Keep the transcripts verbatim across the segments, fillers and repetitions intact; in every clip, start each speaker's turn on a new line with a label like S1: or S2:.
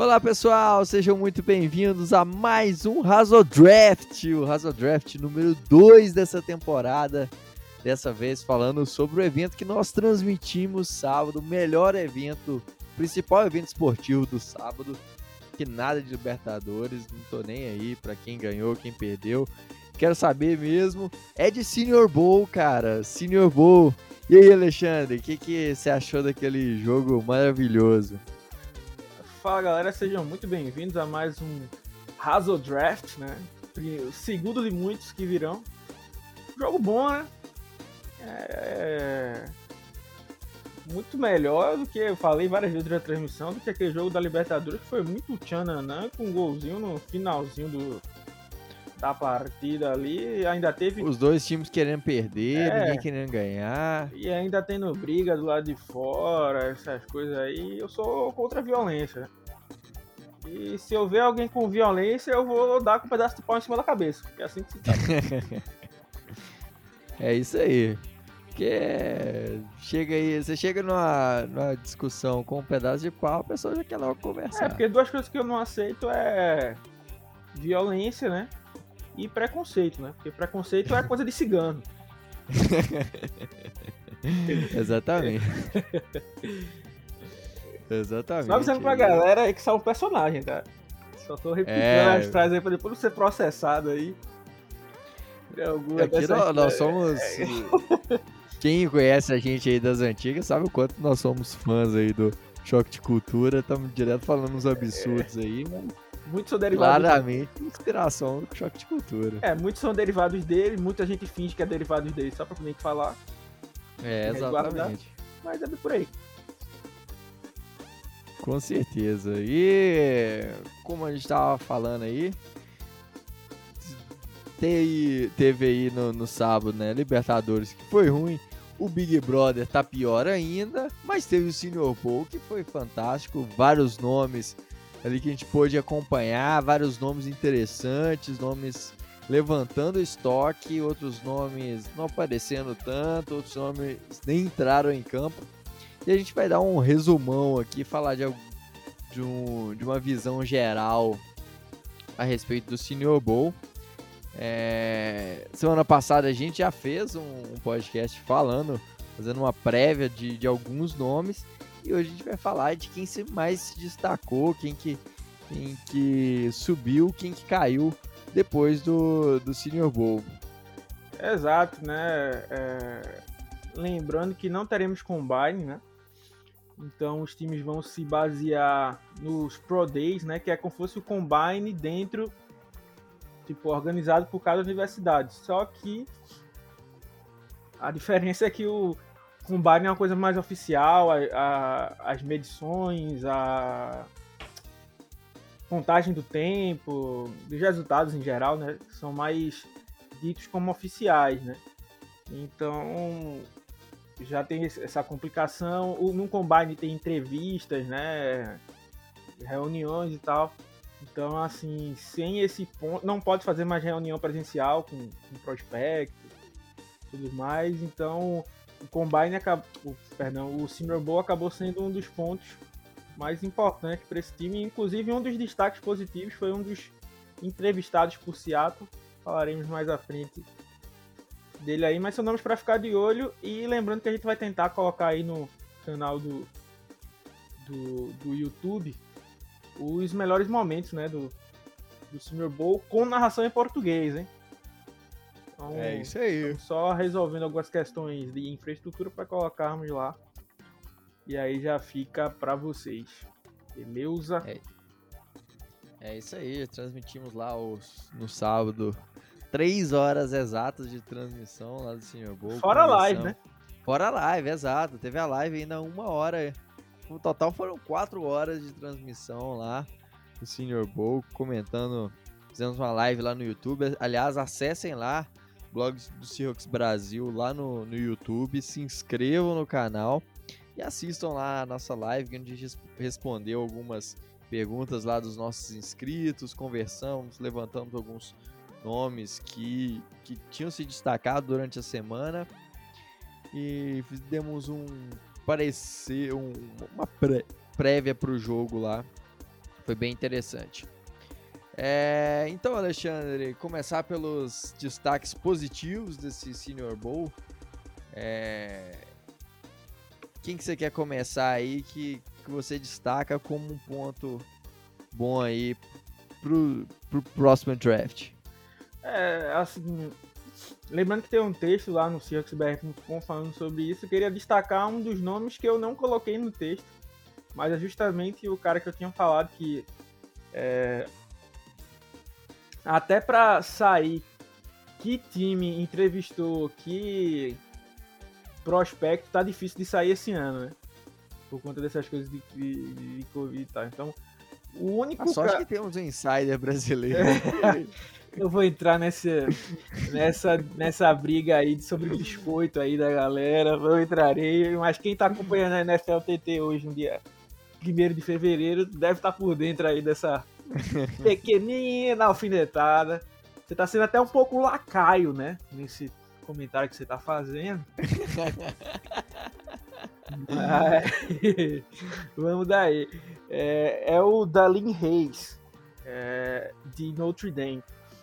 S1: Olá pessoal, sejam muito bem-vindos a mais um Razodraft, o Razodraft número dois dessa temporada, dessa vez falando sobre o evento que nós transmitimos sábado, o melhor evento, principal evento esportivo do sábado, que nada de Libertadores, não tô nem aí pra quem ganhou, quem perdeu, quero saber mesmo, é de Senior Bowl, cara, Senior Bowl. E aí, Alexandre, o que, que você achou daquele jogo maravilhoso?
S2: Fala galera, sejam muito bem-vindos a mais um Razodraft, né? O segundo de muitos que virão. Jogo bom, né? É... Muito melhor do que eu falei várias vezes na transmissão, do que aquele jogo da Libertadores que foi muito tchananã, com um golzinho no finalzinho do... da partida ali. Ainda teve...
S1: Os dois times querendo perder,
S2: é...
S1: ninguém querendo ganhar.
S2: E ainda tendo briga do lado de fora, essas coisas aí. Eu sou contra a violência. E se eu ver alguém com violência, eu vou dar com um pedaço de pau em cima da cabeça. É assim que se trata.
S1: É isso aí. Porque chega aí, você chega numa, numa discussão com um pedaço de pau, a pessoa já quer logo conversar.
S2: É, porque duas coisas que eu não aceito é violência, né? E preconceito, né? Porque preconceito é coisa de cigano.
S1: Exatamente. Exatamente.
S2: Só avisando pra galera aí que são um personagem, tá? Só tô repetindo
S1: É...
S2: as frases aí pra depois não ser processado aí.
S1: Aqui nós, nós somos... Quem conhece a gente aí das antigas sabe o quanto nós somos fãs aí do Choque de Cultura. Estamos direto falando uns absurdos aí, mas...
S2: Muitos são derivados
S1: claramente dele. Inspiração do Choque de Cultura.
S2: É, muitos são derivados dele, muita gente finge que é derivado dele só pra nem falar.
S1: É, exatamente.
S2: Mas é por aí.
S1: Com certeza. E como a gente tava falando aí, teve, teve aí no, no sábado, né, Libertadores, que foi ruim. O Big Brother tá pior ainda, mas teve o Senior Bowl, que foi fantástico. Vários nomes ali que a gente pôde acompanhar, vários nomes interessantes, nomes levantando estoque, outros nomes não aparecendo tanto, outros nomes nem entraram em campo. E a gente vai dar um resumão aqui, falar de, de, um, de uma visão geral a respeito do Senior Bowl. É, semana passada a gente já fez um, um podcast falando, fazendo uma prévia de, de alguns nomes. E hoje a gente vai falar de quem se mais se destacou, quem que, quem que subiu, quem que caiu depois do, do Senior Bowl.
S2: Exato, né? É... Lembrando que não teremos combine, né? Então os times vão se basear nos Pro Days, né? Que é como se fosse o combine dentro, tipo, organizado por cada universidade. Só que a diferença é que o combine é uma coisa mais oficial, a, a, as medições, a contagem do tempo, dos resultados em geral, né? São mais ditos como oficiais, né? Então já tem essa complicação. No Combine tem entrevistas, né? Reuniões e tal. Então, assim, sem esse ponto, não pode fazer mais reunião presencial com, com prospecto e tudo mais. Então, o Combine acabou, perdão, o Senior Bowl acabou sendo um dos pontos mais importantes para esse time. Inclusive, um dos destaques positivos foi um dos entrevistados por Seattle. Falaremos mais à frente dele aí, mas são nomes para ficar de olho. E lembrando que a gente vai tentar colocar aí no canal do, do, do YouTube os melhores momentos, né, do, do Senior Bowl com narração em português, hein? Então,
S1: é isso aí.
S2: Só resolvendo algumas questões de infraestrutura para colocarmos lá. E aí já fica para vocês. Beleza?
S1: É, é isso aí. Transmitimos lá os, no sábado. Três horas exatas de transmissão lá do Senior Bowl.
S2: Fora a live, né?
S1: Fora a live, exato. Teve a live ainda uma hora. No total foram quatro horas de transmissão lá do Senior Bowl, comentando. Fizemos uma live lá no YouTube. Aliás, acessem lá, blog do Seahawks Brasil lá no, no YouTube. Se inscrevam no canal e assistam lá a nossa live, onde a gente respondeu algumas perguntas lá dos nossos inscritos. Conversamos, levantamos alguns nomes que, que tinham se destacado durante a semana e demos um parecer, um, uma pré, prévia para o jogo lá Foi bem interessante. É, então, Alexandre, começar pelos destaques positivos desse Senior Bowl. É, quem que você quer começar aí que, que você destaca como um ponto bom aí pro, pro próximo draft?
S2: É, assim, lembrando que tem um texto lá no Seahawks B R ponto com falando sobre isso, eu queria destacar um dos nomes que eu não coloquei no texto, mas é justamente o cara que eu tinha falado que é, até para sair que time entrevistou, que prospecto, tá difícil de sair esse ano, né? Por conta dessas coisas de, de, de Covid e tal. Então, o único
S1: A sorte
S2: ca...
S1: que temos um insider brasileiro.
S2: Eu vou entrar nessa, nessa, nessa briga aí sobre biscoito aí da galera, eu entrarei, mas quem tá acompanhando a N F L T T hoje, no dia primeiro de fevereiro, deve estar por dentro aí dessa pequenina alfinetada. Você tá sendo até um pouco lacaio, né, nesse comentário que você tá fazendo. Mas, vamos daí. É, é o Dalin Hayes, é, de Notre Dame.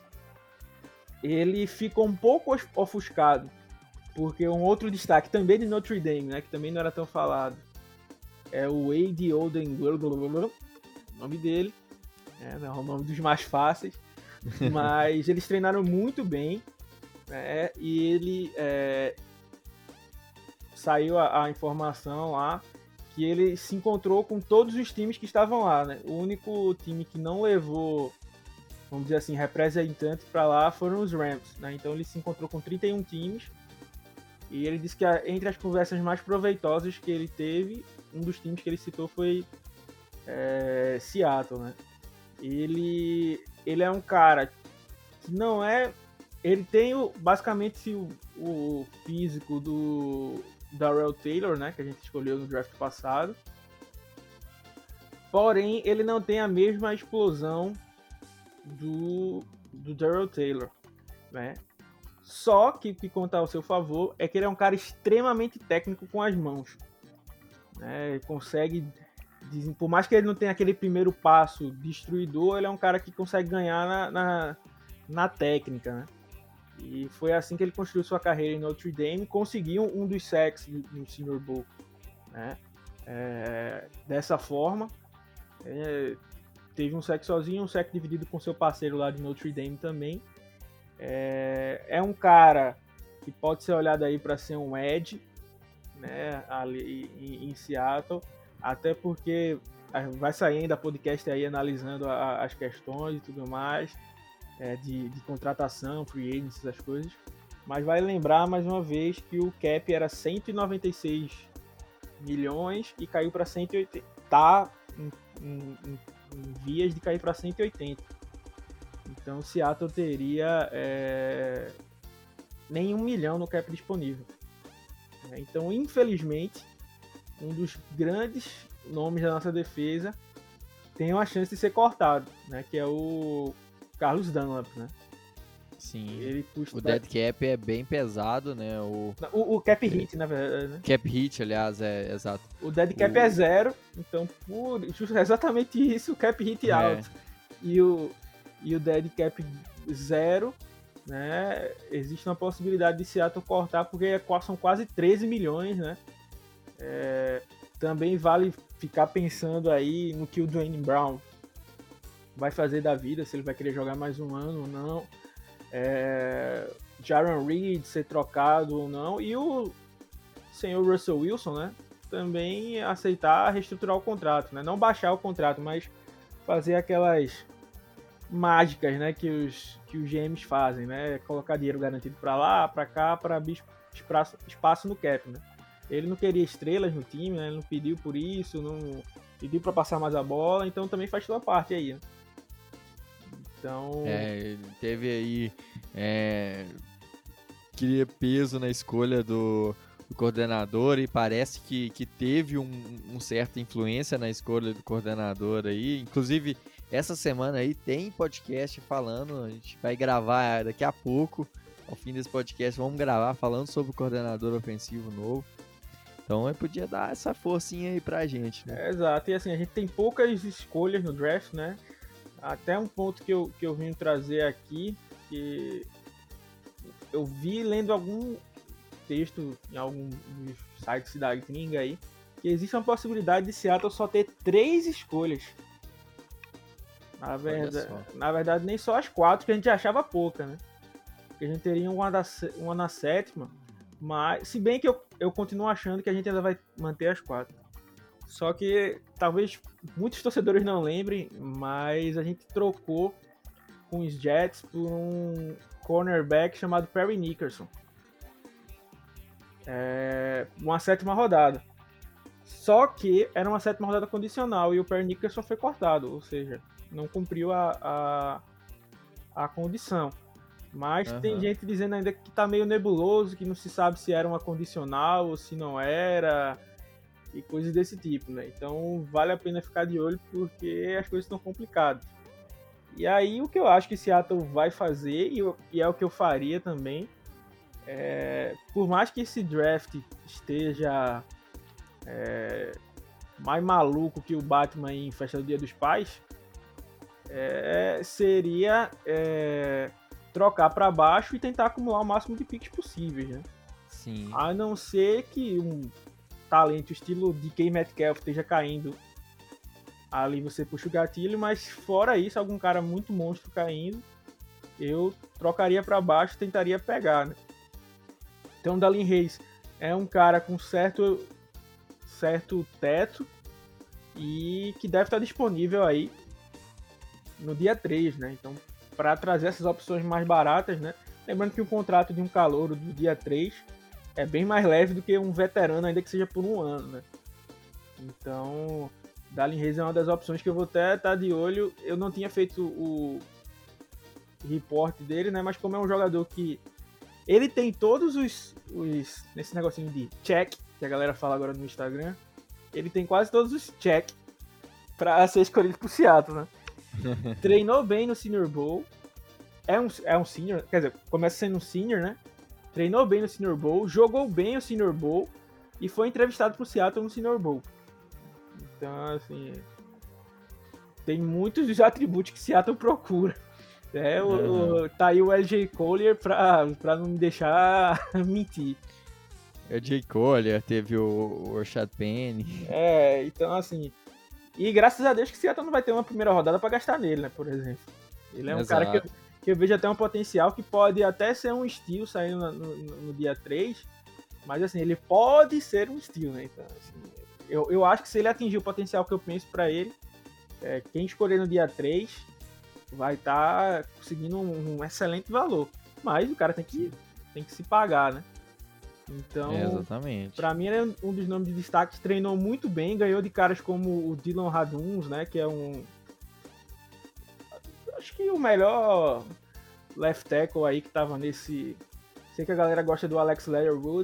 S2: Ele ficou um pouco ofuscado, porque um outro destaque também de Notre Dame, né, que também não era tão falado, é o Wade Oden, o nome dele, é, não é o nome dos mais fáceis, mas eles treinaram muito bem, né, e ele é, saiu a, a informação lá que ele se encontrou com todos os times que estavam lá, né? O único time que não levou, vamos dizer assim, representante para lá foram os Rams, né? Então ele se encontrou com trinta e um times e ele disse que entre as conversas mais proveitosas que ele teve, um dos times que ele citou foi é, Seattle, né? Ele, ele é um cara que não é... Ele tem o, basicamente o, o físico do Darrell Taylor, né, que a gente escolheu no draft passado. Porém, ele não tem a mesma explosão do, do Darrell Taylor, né? Só que o que conta ao seu favor é que ele é um cara extremamente técnico com as mãos, né? Ele consegue, por mais que ele não tenha aquele primeiro passo destruidor, ele é um cara que consegue ganhar na, na, na técnica, né? E foi assim que ele construiu sua carreira em Notre Dame, conseguiu um dos sacks no Senior Bowl, né? É, dessa forma, é, teve um sack sozinho, um sack dividido com seu parceiro lá de Notre Dame também. É, é um cara que pode ser olhado aí para ser um edge, né, ali em, em Seattle, até porque vai sair ainda podcast aí analisando a, as questões e tudo mais. É, de, de contratação, free agents, essas coisas. Mas vai lembrar mais uma vez que o cap era cento e noventa e seis milhões e caiu para cento e oitenta. Tá em, em, em vias de cair para cento e oitenta. Então o Seattle teria é, nem um milhão no cap disponível. Então, infelizmente, um dos grandes nomes da nossa defesa tem uma chance de ser cortado, né? Que é o Carlos Dunlap, né?
S1: Sim.
S2: Ele custa...
S1: O dead cap é bem pesado, né? O,
S2: o, o cap hit, na verdade, né?
S1: Cap hit, aliás, é exato.
S2: O dead cap o... é zero, então por exatamente isso, o cap hit é alto. E o, e o dead cap zero, né? Existe uma possibilidade de Seattle cortar, porque são quase treze milhões, né? É, também vale ficar pensando aí no que o Dwayne Brown vai fazer da vida, se ele vai querer jogar mais um ano ou não, é, Jaron Reed ser trocado ou não, e o senhor Russell Wilson, né, também aceitar reestruturar o contrato, né, não baixar o contrato, mas fazer aquelas mágicas, né, que os, que os G Ms fazem, né, colocar dinheiro garantido para lá, para cá, para abrir espaço, espaço no cap, né. Ele não queria estrelas no time, né, ele não pediu por isso, não pediu para passar mais a bola, então também faz toda parte aí, né. Então...
S1: É, ele teve aí é, queria peso na escolha do, do coordenador e parece que, que teve um, um certa influência na escolha do coordenador aí. Inclusive, essa semana aí tem podcast falando, a gente vai gravar daqui a pouco, ao fim desse podcast, vamos gravar falando sobre o coordenador ofensivo novo. Então ele podia dar essa forcinha aí pra gente, né?
S2: É, exato, e assim, a gente tem poucas escolhas no draft, né? Até um ponto que eu, que eu vim trazer aqui, que eu vi lendo algum texto em algum dos sites da gringa aí, que existe uma possibilidade de Seattle só ter três escolhas. Na verdade, na verdade, nem só as quatro, que a gente achava pouca, né? Porque a gente teria uma, da, uma na sétima, mas se bem que eu, eu continuo achando que a gente ainda vai manter as quatro. Só que talvez muitos torcedores não lembrem, mas a gente trocou com os Jets por um cornerback chamado Perry Nickerson. É, uma sétima rodada. Só que era uma sétima rodada condicional e o Perry Nickerson foi cortado, ou seja, não cumpriu a, a, a condição. Mas uhum. Tem gente dizendo ainda que tá meio nebuloso, que não se sabe se era uma condicional ou se não era, e coisas desse tipo, né? Então vale a pena ficar de olho porque as coisas estão complicadas. E aí o que eu acho que Seattle vai fazer, e, eu, e é o que eu faria também, é, por mais que esse draft esteja é, mais maluco que o Batman em Festa do Dia dos Pais, é, seria é, trocar para baixo e tentar acumular o máximo de picks possíveis, né?
S1: Sim.
S2: A não ser que um talento estilo D K Metcalf esteja caindo, ali você puxa o gatilho, mas fora isso, algum cara muito monstro caindo, eu trocaria para baixo e tentaria pegar, né? Então, Dalin Reis é um cara com certo, certo teto e que deve estar disponível aí no dia três, né? Então, para trazer essas opções mais baratas, né? Lembrando que o contrato de um calouro do dia três é bem mais leve do que um veterano, ainda que seja por um ano, né? Então, Dalin Reis é uma das opções que eu vou até estar de olho. Eu não tinha feito o report dele, né? Mas como é um jogador que ele tem todos os, os nesse negocinho de check, que a galera fala agora no Instagram, ele tem quase todos os check para ser escolhido pro Seattle, né? Treinou bem no Senior Bowl, é um, é um senior, quer dizer, começa sendo um senior, né? Treinou bem no Senior Bowl, jogou bem o Senior Bowl e foi entrevistado pro Seattle no Senior Bowl. Então, assim, tem muitos dos atributos que Seattle procura. É, o, o, tá aí o L J Collier pra, pra não me deixar mentir.
S1: L J Collier, teve o, o Rashad Penny.
S2: É, então assim... E graças a Deus que Seattle não vai ter uma primeira rodada pra gastar nele, né, por exemplo. Ele é um Exato. cara que eu, que eu vejo até um potencial que pode até ser um steal saindo no, no, no dia três, mas assim, ele pode ser um steal, né, então assim, eu, eu acho que se ele atingir o potencial que eu penso pra ele, é, quem escolher no dia três vai estar tá conseguindo um, um excelente valor, mas o cara tem que, tem que se pagar, né. Então,
S1: é, exatamente.
S2: Pra mim ele é um dos nomes de destaque, treinou muito bem, ganhou de caras como o Dylan Raduns, né, que é um... acho que o melhor left tackle aí que tava nesse... Sei que a galera gosta do Alex Leatherwood,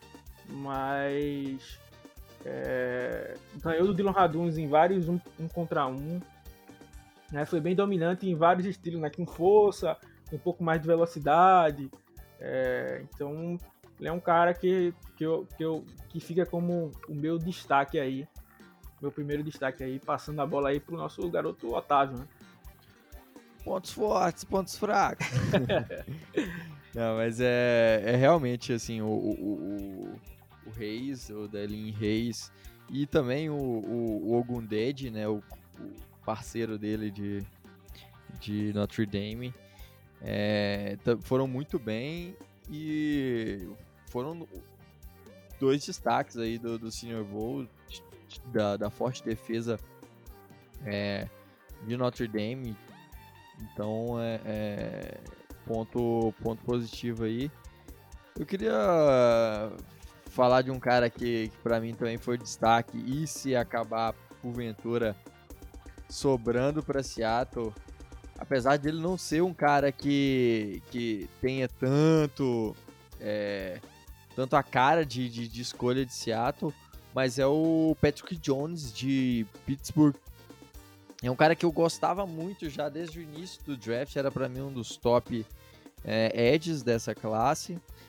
S2: mas... É... ganhou do Dylan Raduns em vários um, um contra um, né, foi bem dominante em vários estilos, né, com força, com um pouco mais de velocidade, é... então... Ele é um cara que, que, eu, que, eu, que fica como o meu destaque aí. Meu primeiro destaque aí, passando a bola aí pro nosso garoto Otávio, né?
S1: Pontos fortes, pontos fracos. Não, mas é, é realmente assim, o, o, o, o Reis, o Dalin Reis, e também o, o, o Ogundede, né? O, o parceiro dele de, de Notre Dame, é, foram muito bem e foram dois destaques aí do, do Senior Bowl, da, da forte defesa é, de Notre Dame. Então é, é ponto, ponto positivo aí. Eu queria falar de um cara que, que para mim também foi destaque, e se acabar porventura sobrando para Seattle, apesar de ele não ser um cara que, que tenha tanto é, tanto a cara de, de, de escolha de Seattle, mas é o Patrick Jones de Pittsburgh. É um cara que eu gostava muito já desde o início do draft, era para mim um dos top é, edges dessa classe,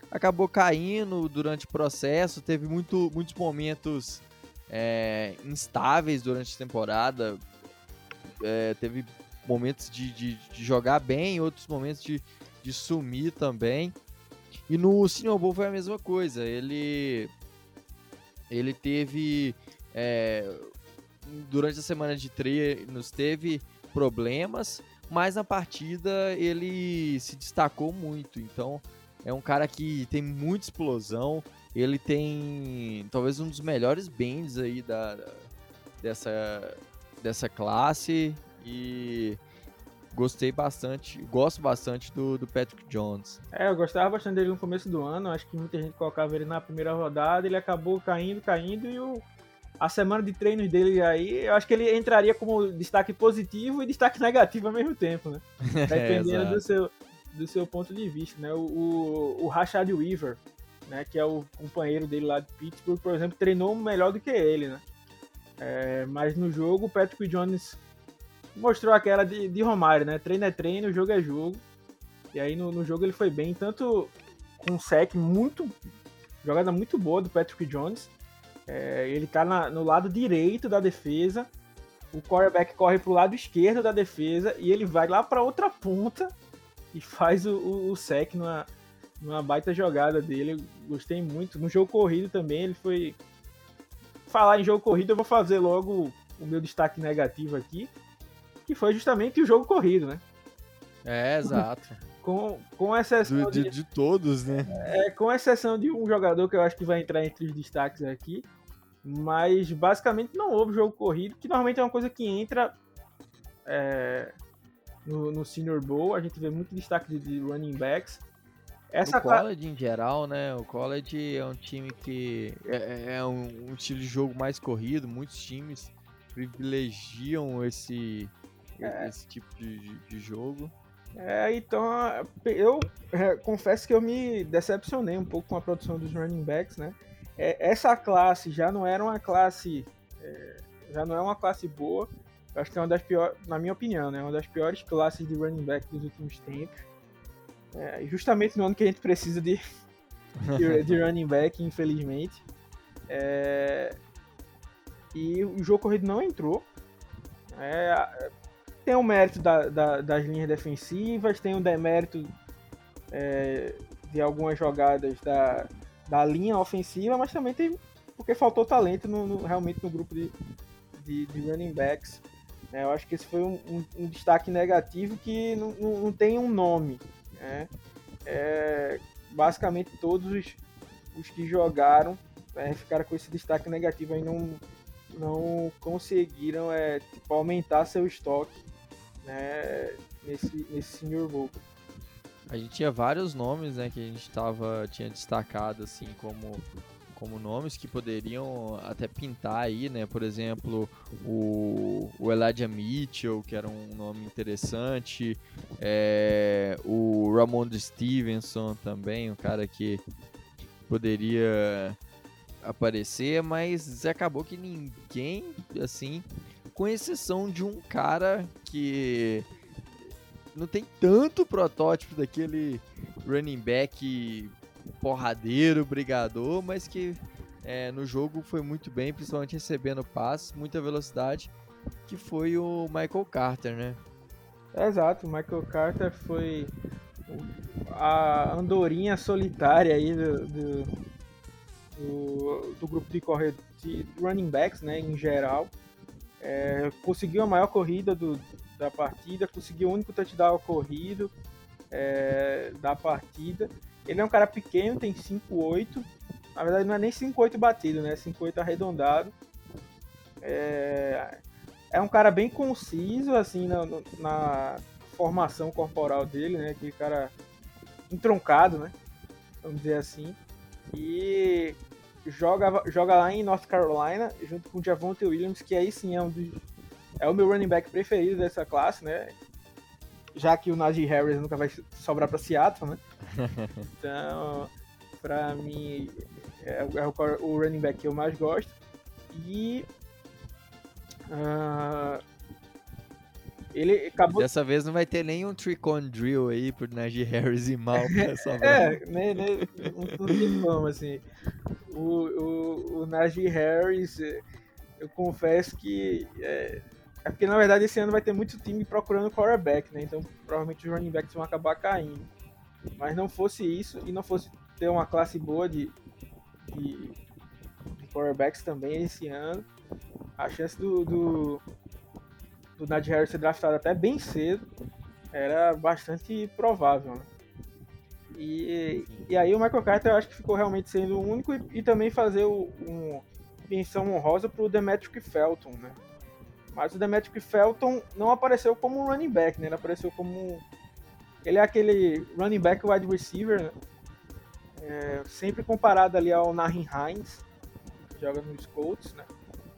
S1: acabou caindo durante o processo, teve muito, muitos momentos é, instáveis durante a temporada, é, teve momentos de, de, de jogar bem, outros momentos de, de sumir também. E no Senior Bowl foi a mesma coisa, ele, ele teve, é, durante a semana de treinos, teve problemas, mas na partida ele se destacou muito, então é um cara que tem muita explosão, ele tem talvez um dos melhores bends aí da, dessa, dessa classe e gostei bastante, gosto bastante do, do Patrick Jones.
S2: É, eu gostava bastante dele no começo do ano, acho que muita gente colocava ele na primeira rodada, ele acabou caindo, caindo e o, a semana de treinos dele aí, eu acho que ele entraria como destaque positivo e destaque negativo ao mesmo tempo, né? Dependendo
S1: É,
S2: do, seu, do seu ponto de vista, né? O, o, o Rashad Weaver, né, que é o companheiro dele lá de Pittsburgh, por exemplo, treinou melhor do que ele, né? É, mas no jogo, o Patrick Jones mostrou aquela de, de Romário, né? Treino é treino, jogo é jogo. E aí no, no jogo ele foi bem, tanto com um sec muito, jogada muito boa do Patrick Jones. É, ele tá na, no lado direito da defesa, o quarterback corre pro lado esquerdo da defesa e ele vai lá para outra ponta e faz o, o, o sec numa, numa baita jogada dele. Eu gostei muito. No jogo corrido também, ele foi... Falar em jogo corrido, eu vou fazer logo o meu destaque negativo aqui, que foi justamente o jogo corrido, né?
S1: é exato.
S2: Com, com exceção
S1: Do, de,
S2: de,
S1: de todos, né?
S2: é, com exceção de um jogador que eu acho que vai entrar entre os destaques aqui, mas basicamente não houve jogo corrido, que normalmente é uma coisa que entra é, no, no Senior Bowl. A gente vê muito destaque de, de running backs. Essa
S1: o college em geral, né? O college é um time que é, é um, um estilo de jogo mais corrido. Muitos times privilegiam esse,
S2: é,
S1: esse tipo de, de, de jogo.
S2: É, então eu é, confesso que eu me decepcionei um pouco com a produção dos running backs, né? É, essa classe já não era uma classe, é, já não é uma classe boa. Eu acho que é uma das piores, na minha opinião, né? Uma das piores classes de running back dos últimos tempos. É, justamente no ano que a gente precisa de, de, de running back, infelizmente. É, e o jogo corrido não entrou. É, tem o mérito da, da, das linhas defensivas, tem o demérito é, de algumas jogadas da, da linha ofensiva, mas também tem porque faltou talento no, no, realmente no grupo de, de, de running backs. É, eu acho que esse foi um, um, um destaque negativo que não, não, não tem um nome. Né? É, basicamente todos os, os que jogaram é, ficaram com esse destaque negativo e não, não conseguiram é, tipo, aumentar seu estoque, né, nesse, nesse Senior Bowl.
S1: A gente tinha vários nomes, né, que a gente tava, tinha destacado assim como, como nomes que poderiam até pintar aí, né? Por exemplo, o, o Elijah Mitchell, que era um nome interessante, é, o Ramondre Stevenson também, um cara que poderia aparecer, mas acabou que ninguém, assim, com exceção de um cara que não tem tanto protótipo daquele running back porradeiro, brigador, mas que é, no jogo foi muito bem, principalmente recebendo passes, muita velocidade, que foi o Michael Carter, né?
S2: Exato, o Michael Carter foi a andorinha solitária aí do, do, do, do grupo de, corre, de running backs, né, em geral. É, conseguiu a maior corrida do, da partida, conseguiu o único touchdown corrido é, da partida. Ele é um cara pequeno, tem cinco oito. Na verdade não é nem cinco oito batido, né? cinco oito arredondado. É, é um cara bem conciso, assim, na, na formação corporal dele, né? Aquele cara entroncado, né? Vamos dizer assim. E joga, joga lá em North Carolina, junto com o Javonte Williams, que aí sim é um dos, é o meu running back preferido dessa classe, né? Já que o Najee Harris nunca vai sobrar para Seattle, né? Então, para mim, é, é o, o running back que eu mais gosto. E uh, Ele acabou...
S1: Dessa vez não vai ter nenhum trick-on drill aí pro Najee Harris e mal pra sobrar.
S2: É, nem, nem, não, não tem como, assim. O, o, o Najee Harris, eu confesso que... É, é porque, na verdade, esse ano vai ter muito time procurando quarterback, né? Então, provavelmente os running backs vão acabar caindo. Mas não fosse isso, e não fosse ter uma classe boa de, de, de quarterbacks também esse ano, a chance do, do, do Najee Harris ser draftado até bem cedo era bastante provável, né? E, e aí o Michael Carter eu acho que ficou realmente sendo o único, e, e também fazer o, um menção honrosa pro Demetric Felton, né? Mas o Demetric Felton não apareceu como um running back, né? Ele apareceu como... Ele é aquele running back wide receiver, né? É, sempre comparado ali ao Naheem Hines, que joga nos Colts, né?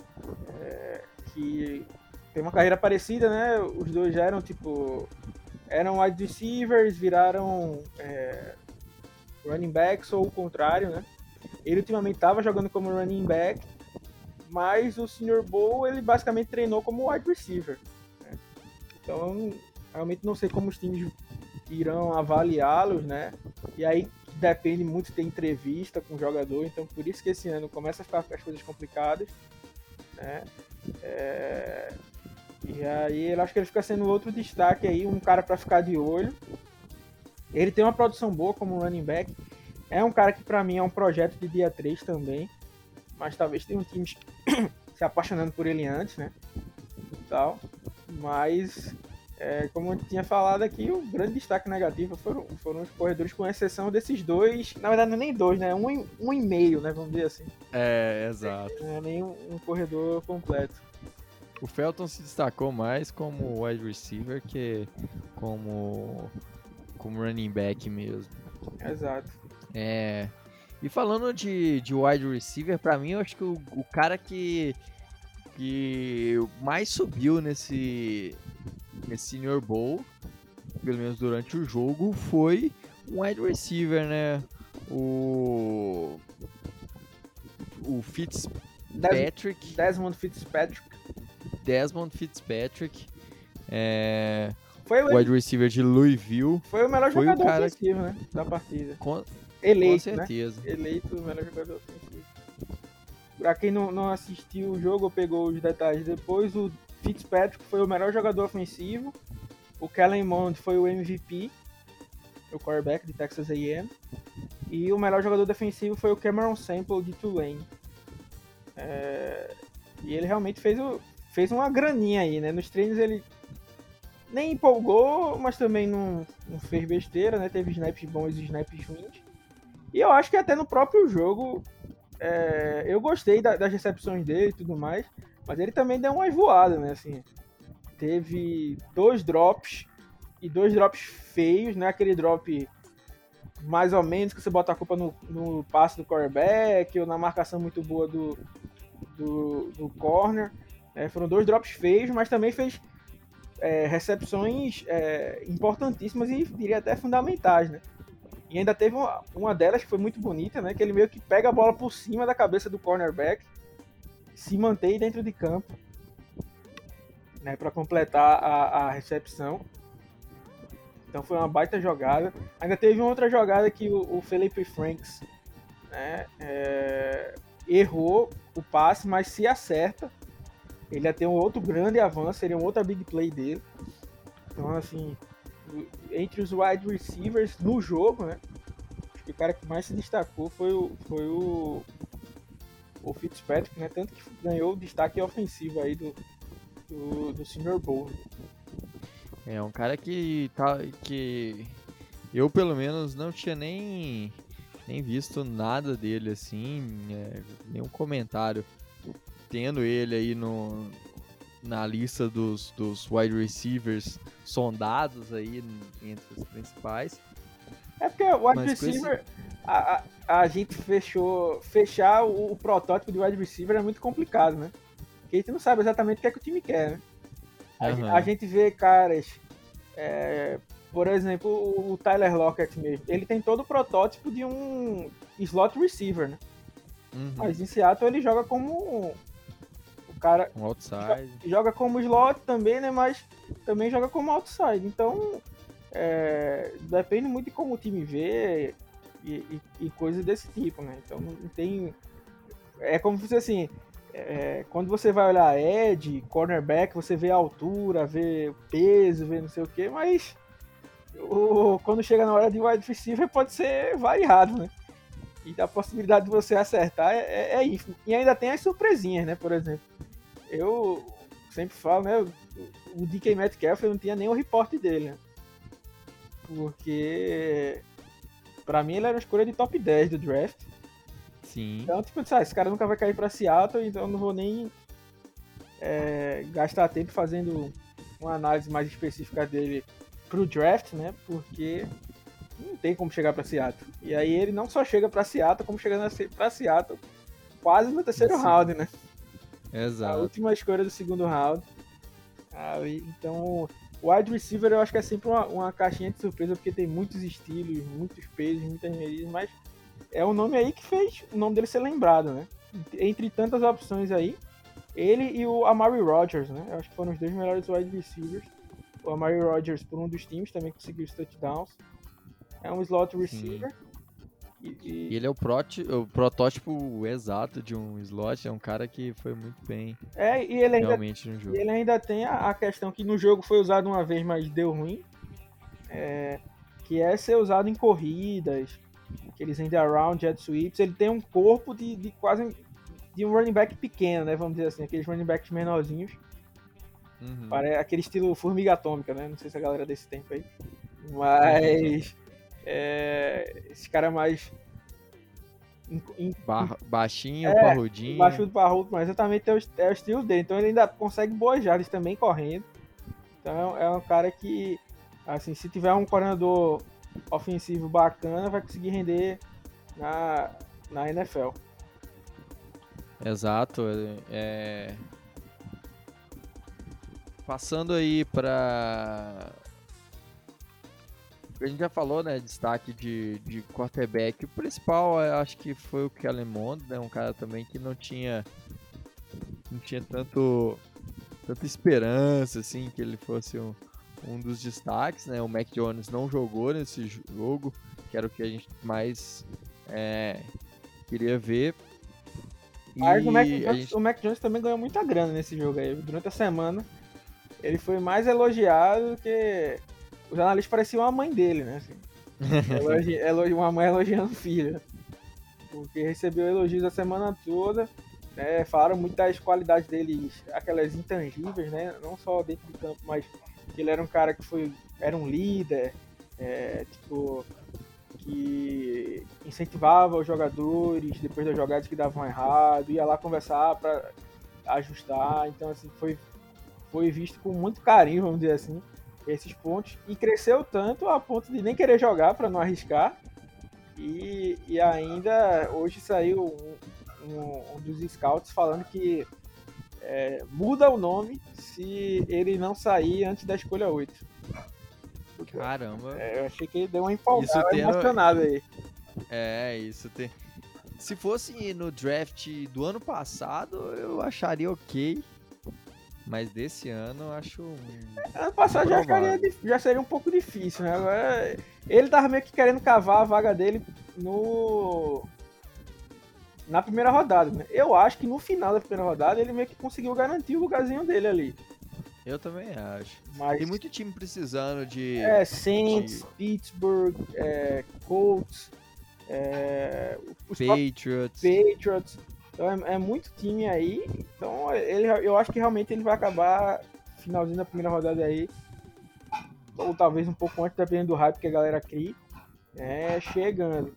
S2: É, que tem uma carreira parecida, né? Os dois já eram, tipo... Eram wide receivers, viraram é, running backs, ou o contrário, né? Ele ultimamente estava jogando como running back, mas o Senior Bowl ele basicamente treinou como wide receiver, né? Então, realmente não sei como os times irão avaliá-los, né? E aí depende muito de ter entrevista com o jogador, então por isso que esse ano começa a ficar as coisas complicadas, né? É... E aí eu acho que ele fica sendo outro destaque aí, um cara para ficar de olho. Ele tem uma produção boa como running back, é um cara que para mim é um projeto de dia três também, mas talvez tenha um time se apaixonando por ele antes, né? E tal. Mas, é, como eu tinha falado aqui, o grande destaque negativo foram, foram os corredores, com exceção desses dois. Na verdade, não é nem dois, né? Um, e- um e meio, né? Vamos dizer assim.
S1: É, exato.
S2: Não é nem um, um corredor completo.
S1: O Felton se destacou mais como wide receiver que como, como running back mesmo.
S2: Exato.
S1: É, e falando de, de wide receiver, pra mim eu acho que o, o cara que, que mais subiu nesse, nesse Senior Bowl, pelo menos durante o jogo, foi um wide receiver, né? O, o Fitzpatrick,
S2: Desmond Fitzpatrick.
S1: Desmond Fitzpatrick, é,
S2: Foi o,
S1: wide receiver de Louisville.
S2: foi o melhor
S1: foi o
S2: jogador
S1: cara
S2: ofensivo, né? Da partida.
S1: Com,
S2: Eleito,
S1: com
S2: né?
S1: certeza.
S2: Eleito o melhor jogador ofensivo. Pra quem não, não assistiu o jogo ou pegou os detalhes depois, o Fitzpatrick foi o melhor jogador ofensivo, o Kellen Mond foi o M V P, o quarterback de Texas A e M, e o melhor jogador defensivo foi o Cameron Sample de Tulane. É, e ele realmente fez, o, fez uma graninha aí, né? Nos treinos ele nem empolgou, mas também não, não fez besteira, né? Teve snaps bons e snaps ruins. E eu acho que até no próprio jogo é, eu gostei da, das recepções dele e tudo mais, mas ele também deu umas voadas, né? Assim, teve dois drops e dois drops feios, né? Aquele drop mais ou menos que você bota a culpa no, no passe do quarterback ou na marcação muito boa do, do, do corner. É, foram dois drops feios, mas também fez é, recepções é, importantíssimas e diria até fundamentais, né? E ainda teve uma, uma delas que foi muito bonita, né? Que ele meio que pega a bola por cima da cabeça do cornerback, se mantém dentro de campo, né? Para completar a, a recepção. Então foi uma baita jogada. Ainda teve uma outra jogada que o, o Felipe Franks, né, é, errou o passe, mas se acerta, ele ia ter um outro grande avanço, seria um outro big play dele. Então, assim, entre os wide receivers no jogo, né, acho que o cara que mais se destacou foi o, foi o, o Fitzpatrick, né, tanto que ganhou o destaque ofensivo aí do, do, do Senior Bowl.
S1: É um cara que tá que eu pelo menos não tinha nem nem visto nada dele assim, é, nenhum comentário tendo ele aí no na lista dos, dos wide receivers sondados aí entre os principais.
S2: É porque o wide
S1: Mas com
S2: receiver,
S1: esse-
S2: a, a, a gente fechou, fechar o, o protótipo de wide receiver é muito complicado, né? Porque a gente não sabe exatamente o que é que o time quer, né? A,
S1: Aham.
S2: a gente vê caras, é, por exemplo, o Tyler Lockett mesmo, ele tem todo o protótipo de um slot receiver, né?
S1: Uhum.
S2: Mas em Seattle ele joga como um- o cara
S1: Um outside.
S2: joga, joga como slot também, né? Mas também joga como outside. Então, é, depende muito de como o time vê e, e, e coisas desse tipo, né? Então, não tem... É como se assim, é, quando você vai olhar edge, cornerback, você vê a altura, vê o peso, vê não sei o que, mas o, quando chega na hora de wide receiver pode ser variado, né? E a possibilidade de você acertar é, é, é isso. E ainda tem as surpresinhas, né? Por exemplo, eu sempre falo, né? O D K Metcalf, eu não tinha nem o reporte dele, né? Porque pra mim ele era uma escolha de top dez do draft.
S1: Sim.
S2: Então, tipo, ah, esse cara nunca vai cair pra Seattle, então eu não vou nem é, gastar tempo fazendo uma análise mais específica dele pro draft, né? Porque não tem como chegar pra Seattle. E aí ele não só chega pra Seattle, como chega pra Seattle quase no terceiro
S1: Sim.
S2: round, né?
S1: Exato.
S2: A última escolha do segundo round. Aí, então, o wide receiver eu acho que é sempre uma, uma caixinha de surpresa, porque tem muitos estilos, muitos pesos, muitas medidas, mas é um nome aí que fez o nome dele ser lembrado, né? Entre tantas opções aí, ele e o Amari Rodgers, né? Eu acho que foram os dois melhores wide receivers. O Amari Rodgers, por um dos times, também conseguiu os touchdowns. É um slot receiver. E, e...
S1: e ele é o, proti, o protótipo exato de um slot, é um cara que foi muito bem
S2: é, e ele ainda,
S1: realmente no jogo.
S2: E ele ainda tem a, a questão que no jogo foi usado uma vez, mas deu ruim, é, que é ser usado em corridas, aqueles end around, jet sweeps. Ele tem um corpo de, de quase de um running back pequeno, né? Vamos dizer assim, aqueles running backs menorzinhos.
S1: Uhum.
S2: Parece aquele estilo formiga atômica, né? Não sei se a galera é desse tempo aí. Mas é, esse cara é mais in, in,
S1: Bar, baixinho,
S2: é,
S1: parrudinho.
S2: Baixo do parrudo, mas exatamente é o, é o estilo dele. Então ele ainda consegue boas jardas também correndo. Então é um cara que, assim, se tiver um coordenador ofensivo bacana, vai conseguir render na, na N F L.
S1: Exato. É... Passando aí para... A gente já falou, né, destaque de, de quarterback. O principal, eu acho que foi o Kellen Mond, né, um cara também que não tinha não tinha tanto tanta esperança, assim, que ele fosse um, um dos destaques, né. O Mac Jones não jogou nesse jogo, que era o que a gente mais é, queria ver.
S2: Mas
S1: e
S2: o Mac, Jones,
S1: gente...
S2: o Mac Jones também ganhou muita grana nesse jogo aí. Durante a semana, ele foi mais elogiado que... Os analistas pareciam a mãe dele, né? Assim, elogi, elogi, uma mãe elogiando o filho. Porque recebeu elogios a semana toda. Né? Falaram muito das qualidades dele, aquelas intangíveis, né? Não só dentro do campo, mas que ele era um cara que foi, era um líder, é, tipo, que incentivava os jogadores depois das jogadas que davam errado, ia lá conversar para ajustar. Então, assim, foi, foi visto com muito carinho, vamos dizer assim, esses pontos, e cresceu tanto a ponto de nem querer jogar para não arriscar, e, e ainda hoje saiu um, um, um dos scouts falando que é, muda o nome se ele não sair antes da escolha oito.
S1: Caramba.
S2: É, eu achei que ele deu uma empolgada, uma emocionada aí.
S1: É, isso tem... Se fosse no draft do ano passado, eu acharia ok. Mas desse ano eu acho.
S2: Ano passado já, acharia, já seria um pouco difícil, né? Agora, ele tava meio que querendo cavar a vaga dele no. Na primeira rodada, né? Eu acho que no final da primeira rodada ele meio que conseguiu garantir o lugarzinho dele ali.
S1: Eu também acho.
S2: Mas...
S1: Tem muito time precisando de.
S2: É, Saints,
S1: de...
S2: Pittsburgh, é, Colts, é,
S1: Patriots.
S2: Patriots. Então é, é muito time aí. Então ele, eu acho que realmente ele vai acabar finalzinho da primeira rodada aí. Ou talvez um pouco antes, dependendo do hype que a galera cria. É, chegando.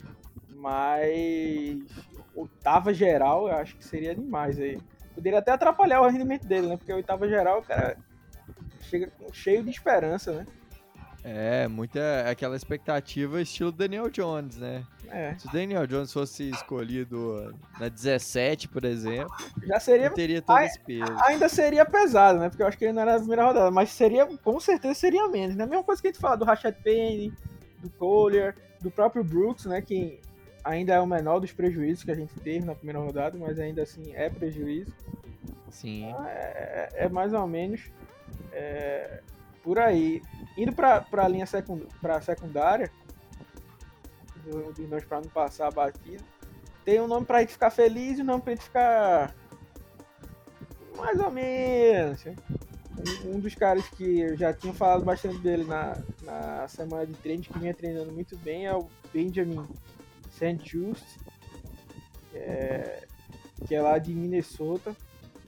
S2: Mas oitava geral eu acho que seria demais aí. Poderia até atrapalhar o rendimento dele, né? Porque a oitava geral, o cara chega cheio de esperança, né?
S1: É, muita aquela expectativa estilo Daniel Jones, né?
S2: É.
S1: Se o Daniel Jones fosse escolhido na dezessete, por exemplo,
S2: já seria,
S1: teria todo esse peso.
S2: Ainda seria pesado, né? Porque eu acho que ele não era na primeira rodada, mas seria, com certeza seria menos, né? A mesma coisa que a gente fala do Rashad Penny, do Collier, do próprio Brooks, né? Que ainda é o menor dos prejuízos que a gente teve na primeira rodada, mas ainda assim é prejuízo.
S1: Sim.
S2: É, é mais ou menos é, por aí. Indo para a linha secund, pra secundária, dos nomes para não passar a batida, tem um nome para a gente ficar feliz e um nome para a gente ficar mais ou menos. Um, um dos caras que eu já tinha falado bastante dele na, na semana de treino, que vinha treinando muito bem, é o Benjamin Saint-Just, é, que é lá de Minnesota.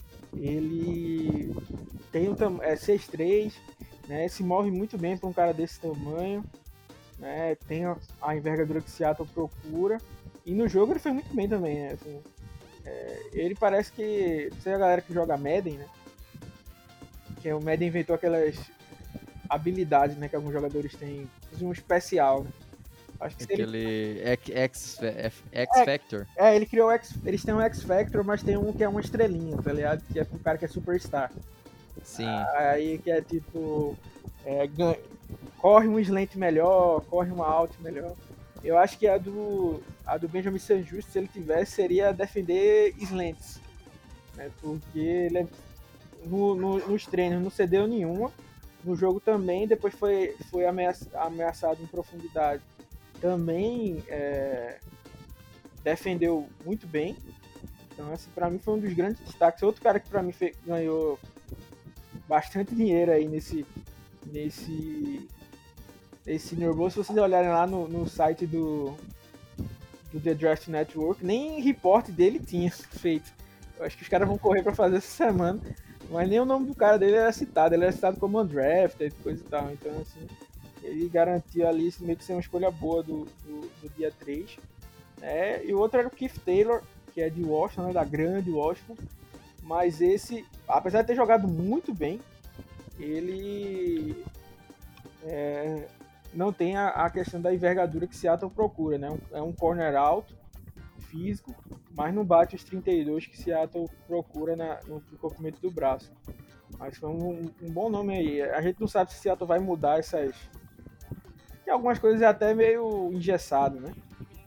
S2: Ele tem um é seis três, né? Se move muito bem para um cara desse tamanho, né? Tem a, a envergadura que Seattle procura. E no jogo ele foi muito bem também, né? Assim, é, ele parece que... Não sei a galera que joga Madden, né? Que o Madden inventou aquelas habilidades, né? Que alguns jogadores têm. Um especial, né?
S1: Acho que Aquele ele... X, X Factor.
S2: É, é, ele criou o X... Eles têm um X Factor, mas tem um que é uma estrelinha, tá ligado? Que é pro cara que é superstar.
S1: Sim.
S2: Aí que é tipo... É, ganha... Corre um slant melhor, corre uma out melhor. Eu acho que a do, a do Benjamin Saint-Just, se ele tivesse, seria defender slants. Né? Porque ele é... no, no, nos treinos não cedeu nenhuma. No jogo também, depois foi, foi ameaça, ameaçado em profundidade. Também é, defendeu muito bem. Então, assim, pra mim foi um dos grandes destaques. Outro cara que pra mim fe, ganhou bastante dinheiro aí nesse nesse nesse Senior Bowl. Se vocês olharem lá no, no site do, do The Draft Network, nem report dele tinha feito. Eu acho que os caras vão correr pra fazer essa semana. Mas nem o nome do cara dele era citado. Ele era citado como undrafted, coisa e tal. Então, assim... Ele garantiu ali meio que ser uma escolha boa do, do, do dia três. É, e o outro era o Keith Taylor, que é de Washington, né, da grande Washington. Mas esse, apesar de ter jogado muito bem, ele é, não tem a, a questão da envergadura que Seattle procura. Né? É um corner alto, físico, mas não bate os trinta e dois que Seattle procura na, no, no comprimento do braço. Mas foi um, um bom nome aí. A gente não sabe se Seattle vai mudar essas... Que algumas coisas é até meio engessado, né?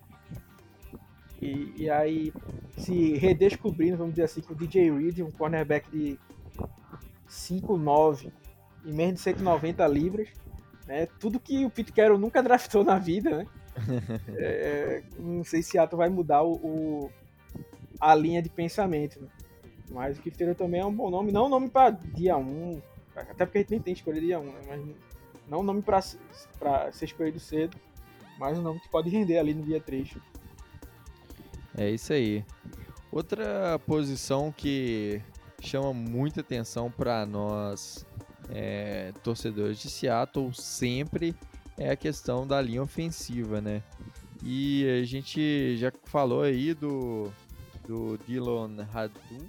S2: E, e aí, se redescobrindo, vamos dizer assim, que o D J Reed, um cornerback de cinco nove e menos de cento e noventa libras, né? Tudo que o Pete Carroll nunca draftou na vida, né? é, não sei se Seattle vai mudar o, o, a linha de pensamento, né? Mas o Keith Taylor também é um bom nome. Não um nome para dia um, até porque a gente nem tem escolha dia um, né? Mas não um nome para ser escolhido cedo, mas um nome que pode render ali no dia três.
S1: É isso aí. Outra posição que chama muita atenção para nós, é, torcedores de Seattle, sempre é a questão da linha ofensiva, né? E a gente já falou aí do, do Dylan Radum.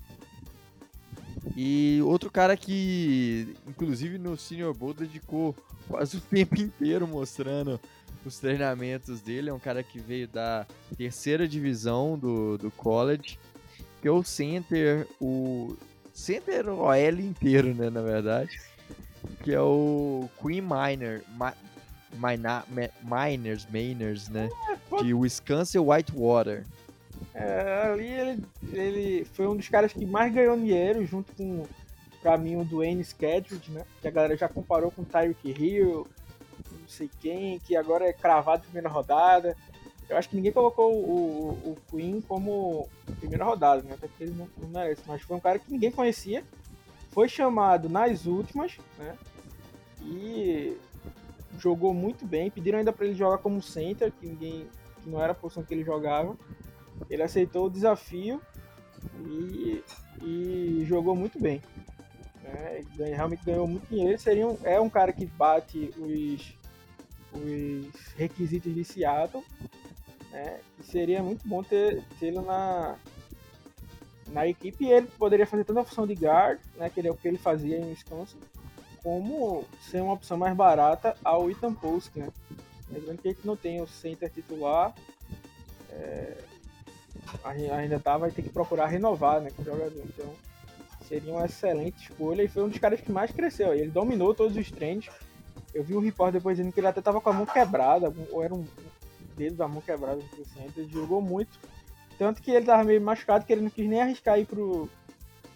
S1: E outro cara que, inclusive no Senior Bowl, dedicou quase o tempo inteiro mostrando os treinamentos dele. É um cara que veio da terceira divisão do, do college, que é o center, o center O L inteiro, né, na verdade, que é o Quinn Miner, Ma, Mina, Miners, Miners, né, de Wisconsin Whitewater.
S2: É, ali ele, ele foi um dos caras que mais ganhou dinheiro, junto com, pra mim, o Dwayne Scheduled, né? Que a galera já comparou com o Tyreek Hill, não sei quem, que agora é cravado primeira rodada. Eu acho que ninguém colocou o, o, o Quinn como primeira rodada, né? Até porque ele não, não merece. Mas foi um cara que ninguém conhecia, foi chamado nas últimas, né? E jogou muito bem. Pediram ainda para ele jogar como center, que ninguém, que não era a posição que ele jogava. Ele aceitou o desafio e, e jogou muito bem. Né? Ele realmente ganhou muito dinheiro. Seria um, é um cara que bate os, os requisitos de Seattle. Né? E seria muito bom ter tê-lo na, na equipe. E ele poderia fazer tanto a função de guard, né? Que ele é o que ele fazia em Wisconsin, como ser uma opção mais barata ao Ethan Post. Né? Lembrando que a gente não tem o center titular. É, ainda tá, vai ter que procurar renovar, né, com o jogador. Então seria uma excelente escolha e foi um dos caras que mais cresceu. Ele dominou todos os treinos. Eu vi um repórter depois dizendo que ele até tava com a mão quebrada, ou era um dedo da mão quebrada. Ele jogou muito, tanto que ele tava meio machucado que ele não quis nem arriscar ir pro,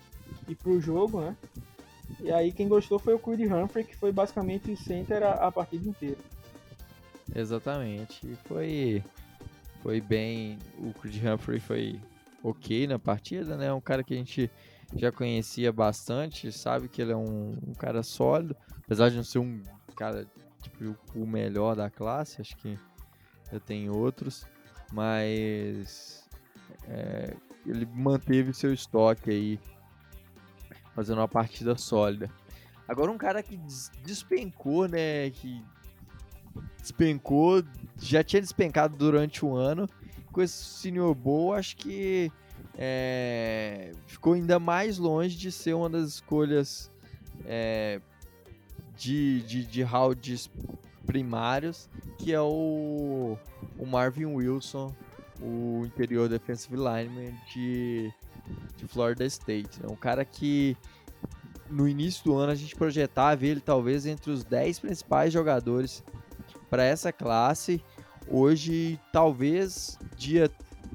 S2: ir pro jogo, né? E aí quem gostou foi o Creed Humphrey, que foi basicamente o center a, a partida inteira.
S1: Exatamente. E foi, foi bem. O Creed Humphrey foi ok na partida, né? Um cara que a gente já conhecia bastante, sabe que ele é um, um cara sólido, apesar de não ser um cara tipo, o melhor da classe, acho que já tem outros, mas é, ele manteve seu estoque aí, fazendo uma partida sólida. Agora um cara que des- despencou, né, que despencou, já tinha despencado durante o ano, com esse Senior Bowl, acho que é, ficou ainda mais longe de ser uma das escolhas é, de, de, de rounds primários, que é o, o Marvin Wilson, o interior defensive lineman de, de Florida State. É um cara que no início do ano a gente projetava ele talvez entre os dez principais jogadores para essa classe. Hoje, talvez dia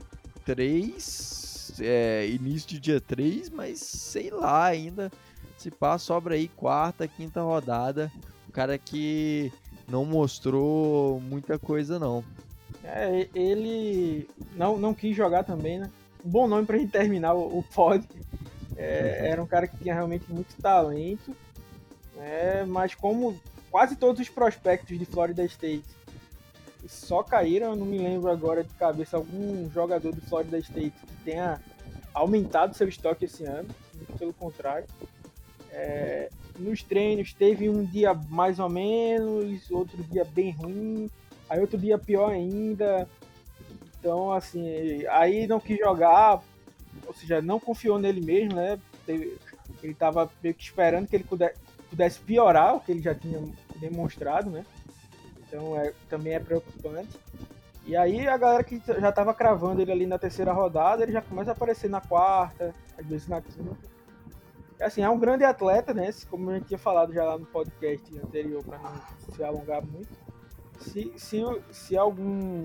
S1: três, é, início de dia três, mas sei lá ainda, se pá, sobra aí quarta, quinta rodada, um cara que não mostrou muita coisa não.
S2: É, ele não, não quis jogar também, né? Um bom nome pra gente terminar o, o pod. É, era um cara que tinha realmente muito talento, né? Mas como quase todos os prospectos de Florida State só caíram, eu não me lembro agora de cabeça algum jogador de Florida State que tenha aumentado seu estoque esse ano, muito pelo contrário. É, nos treinos teve um dia mais ou menos, outro dia bem ruim, aí outro dia pior ainda. Então, assim, aí não quis jogar, ou seja, não confiou nele mesmo, né? Ele estava meio que esperando que ele pudesse piorar o que ele já tinha demonstrado, né? Então é, também é preocupante. E aí a galera que já estava cravando ele ali na terceira rodada, ele já começa a aparecer na quarta, às vezes na quinta. Assim, é um grande atleta, né? Como a gente tinha falado já lá no podcast anterior, para não se alongar muito. Se, se, se algum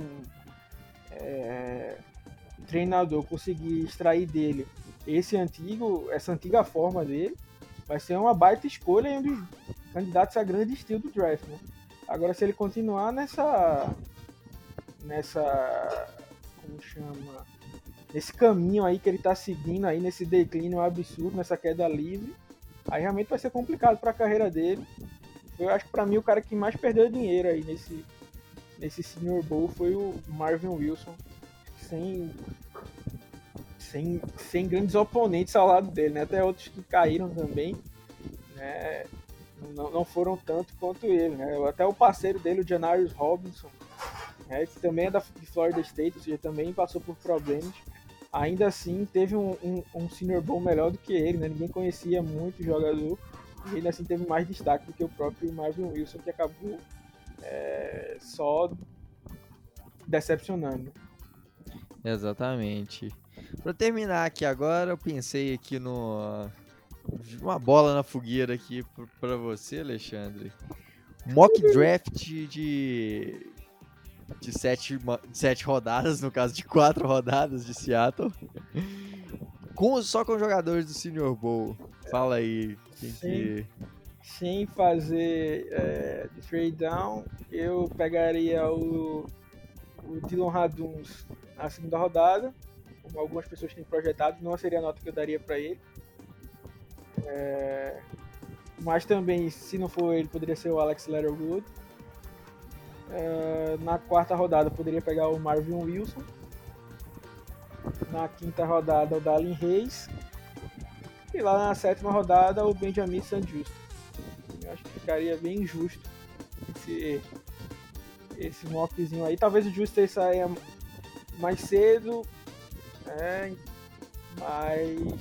S2: é, treinador conseguir extrair dele esse antigo, essa antiga forma dele, vai ser uma baita escolha e um dos candidatos a grande estilo do draft, né? Agora, se ele continuar nessa nessa como chama, nesse caminho aí que ele tá seguindo aí, nesse declínio absurdo, nessa queda livre, aí realmente vai ser complicado para a carreira dele. Eu acho que para mim o cara que mais perdeu dinheiro aí nesse nesse Senior Bowl foi o Marvin Wilson, sem sem, sem grandes oponentes ao lado dele, né? Até outros que caíram também, né? Não, não foram tanto quanto ele, né? Até o parceiro dele, o Janarius Robinson, né? Que também é da, de Florida State, ou seja, também passou por problemas. Ainda assim, teve um, um, um Senior Bowl melhor do que ele, né? Ninguém conhecia muito o jogador, e ainda assim teve mais destaque do que o próprio Marvin Wilson, que acabou é, só decepcionando.
S1: Exatamente. Para terminar aqui agora, eu pensei aqui no uma bola na fogueira aqui para você, Alexandre. Mock draft de de sete, sete rodadas, no caso de quatro rodadas de Seattle, com, só com jogadores do Senior Bowl. Fala aí. Quem
S2: sem,
S1: que...
S2: sem fazer é, trade down, eu pegaria o, o Dylan Raduns na segunda rodada, como algumas pessoas têm projetado, não seria a nota que eu daria para ele. É, mas também, se não for ele, poderia ser o Alex Leatherwood. É, na quarta rodada, poderia pegar o Marvin Wilson. Na quinta rodada, o Dallin Reis. E lá na sétima rodada, o Benjamin St-Juste. Eu acho que ficaria bem justo esse, esse mockzinho aí. Talvez o Juste saia mais cedo, é, mas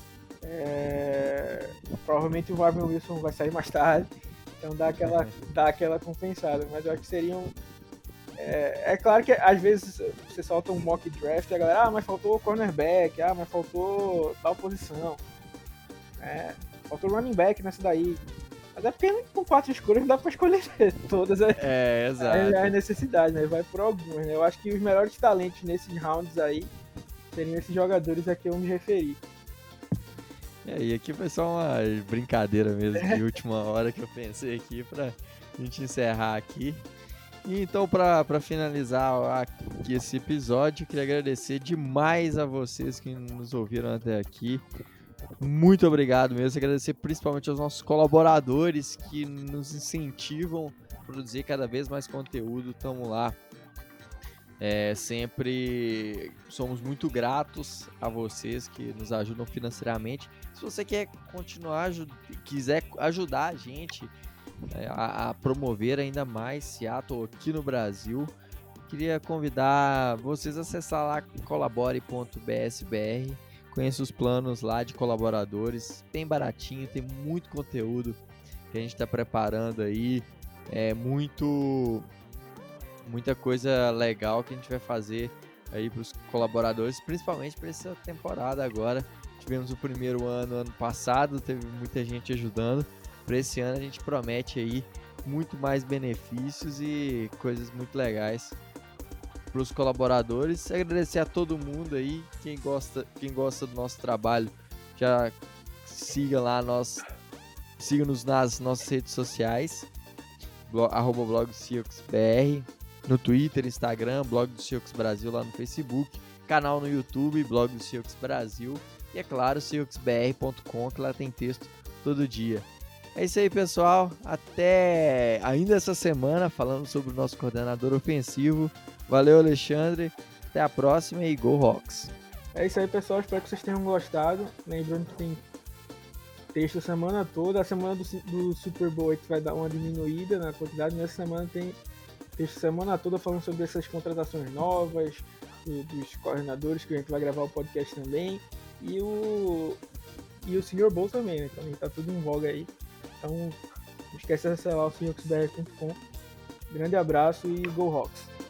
S2: é, provavelmente o Marvin Wilson vai sair mais tarde, então dá aquela, dá aquela compensada, mas eu acho que seriam é, é claro que às vezes você solta um mock draft e a galera, ah, mas faltou cornerback, ah, mas faltou tal posição, é, faltou running back nessa daí, mas é porque com quatro escolhas não dá pra escolher todas as,
S1: é, exato.
S2: as necessidades, né? Vai por algumas, né? Eu acho que os melhores talentos nesses rounds aí seriam esses jogadores a que eu me referi.
S1: E aí, aqui foi só uma brincadeira mesmo de última hora que eu pensei aqui pra gente encerrar aqui. E então, pra, pra finalizar aqui esse episódio, eu queria agradecer demais a vocês que nos ouviram até aqui. Muito obrigado mesmo. Agradecer principalmente aos nossos colaboradores que nos incentivam a produzir cada vez mais conteúdo. Estamos lá. É, sempre somos muito gratos a vocês que nos ajudam financeiramente. Se você quer continuar, quiser ajudar a gente é, a, a promover ainda mais Seattle aqui no Brasil, queria convidar vocês a acessar lá colabore ponto b s b r. Conheça os planos lá de colaboradores, bem baratinho, tem muito conteúdo que a gente está preparando aí, é muito, muita coisa legal que a gente vai fazer aí para os colaboradores, principalmente para essa temporada agora. Tivemos o primeiro ano, ano passado, teve muita gente ajudando. Para esse ano a gente promete aí muito mais benefícios e coisas muito legais para os colaboradores. Agradecer a todo mundo aí, quem gosta, quem gosta do nosso trabalho, já siga lá nós, siga-nos nas nossas redes sociais, blog, arroba blog do Seahawks B R, no Twitter, Instagram, blog do Seahawks Brasil lá no Facebook, canal no YouTube, blog do Seahawks Brasil e é claro, seahawks b r ponto com, que lá tem texto todo dia. É isso aí, pessoal, até ainda essa semana falando sobre o nosso coordenador ofensivo. Valeu, Alexandre. Até a próxima e Go Hawks.
S2: É isso aí, pessoal. Espero que vocês tenham gostado. Lembrando que tem texto a semana toda. A semana do, do Super Bowl a gente vai dar uma diminuída na quantidade. Nessa semana tem texto a semana toda falando sobre essas contratações novas, do, dos coordenadores, que a gente vai gravar o podcast também. E o, e o Senior Bowl também, né? Também tá tudo em voga aí. Então, não esquece de acessar lá o seahawks b r ponto com. Grande abraço e Go Hawks!